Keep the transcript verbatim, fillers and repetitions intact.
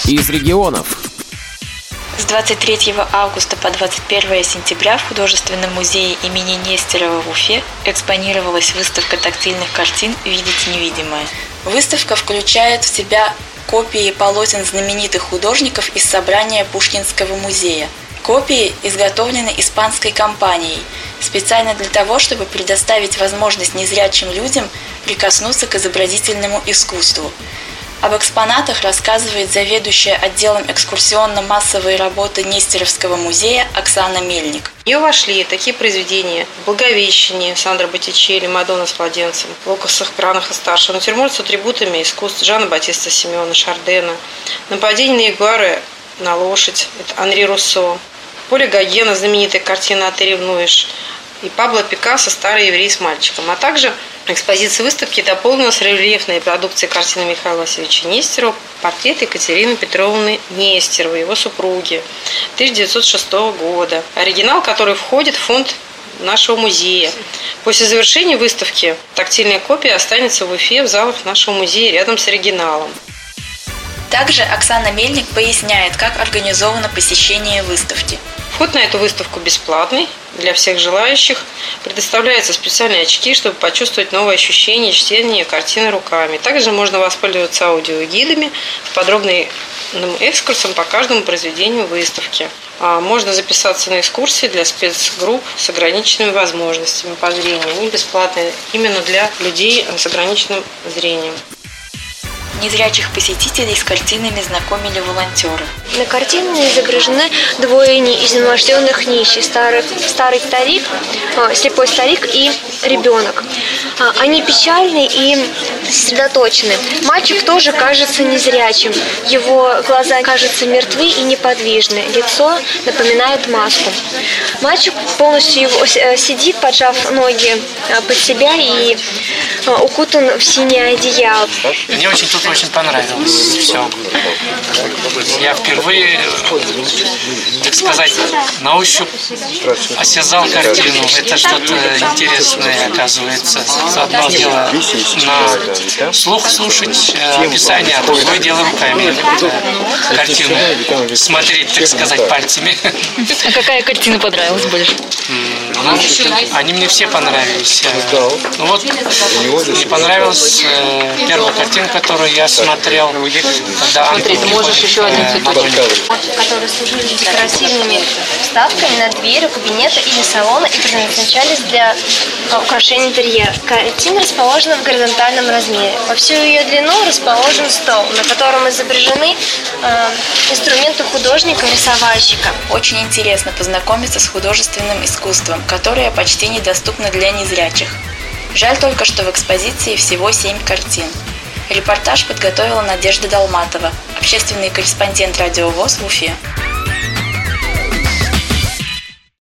из регионов. С двадцать третьего августа по двадцать первое сентября в Художественном музее имени Нестерова в Уфе экспонировалась выставка тактильных картин «Видеть невидимое». Выставка включает в себя копии полотен знаменитых художников из собрания Пушкинского музея. Копии изготовлены испанской компанией специально для того, чтобы предоставить возможность незрячим людям прикоснуться к изобразительному искусству. Об экспонатах рассказывает заведующая отделом экскурсионно-массовой работы Нестеровского музея Оксана Мельник. В нее вошли такие произведения: «Благовещение» Сандро Боттичелли, «Мадонна с младенцем», «Лукасах, Гранах и старше», «Натюрморт с атрибутами искусств» Жана Батиста Симеона Шардена, «Нападение на ягуара на лошадь» это Анри Руссо, «Поле Гогена», знаменитая картина «А ты ревнуешь», и Пабло Пикассо «Старый еврей с мальчиком», а также экспозиция выставки дополнилась рельефной продукцией картины Михаила Васильевича Нестерова «Портрет Екатерины Петровны Нестеровой», его супруги, тысяча девятьсот шестого года. Оригинал, который входит в фонд нашего музея. После завершения выставки тактильная копия останется в Уфе в залах нашего музея рядом с оригиналом. Также Оксана Мельник поясняет, как организовано посещение выставки. Вход на эту выставку бесплатный для всех желающих. Предоставляются специальные очки, чтобы почувствовать новые ощущения чтения картины руками. Также можно воспользоваться аудиогидами с подробным экскурсом по каждому произведению выставки. А можно записаться на экскурсии для спецгрупп с ограниченными возможностями по зрению. Они бесплатные именно для людей с ограниченным зрением. Незрячих посетителей с картинами знакомили волонтеры. На картине изображены двое изнеможденных нищих: старый, старый старик, слепой старик и ребенок. Они печальны и сосредоточены. Мальчик тоже кажется незрячим. Его глаза кажутся мертвы и неподвижны. Лицо напоминает маску. Мальчик полностью сидит, поджав ноги под себя и укутан в синее одеяло. Мне очень тут очень понравилось все. Я впервые, так сказать, на ощупь осязал картину. Это что-то интересное, оказывается. Одно дело на слух слушать описание, а другое дело руками картину смотреть, так сказать, пальцами. А какая картина понравилась больше? Ну, они мне все понравились. Ну вот, мне понравилась э, первая картина, которую я смотрел, когда Смотри, ты можешь еще один цветок. Которые служили декоративными вставками на дверь кабинета или салона и предназначались для украшения интерьера. Картина расположена в горизонтальном размере. Во всю ее длину расположен стол, на котором изображены э, инструменты художника-рисовальщика. Очень интересно познакомиться с художественным искусством, которое почти недоступно для незрячих. Жаль только, что в экспозиции всего семь картин. Репортаж подготовила Надежда Долматова, общественный корреспондент Радио ВОС в Уфе.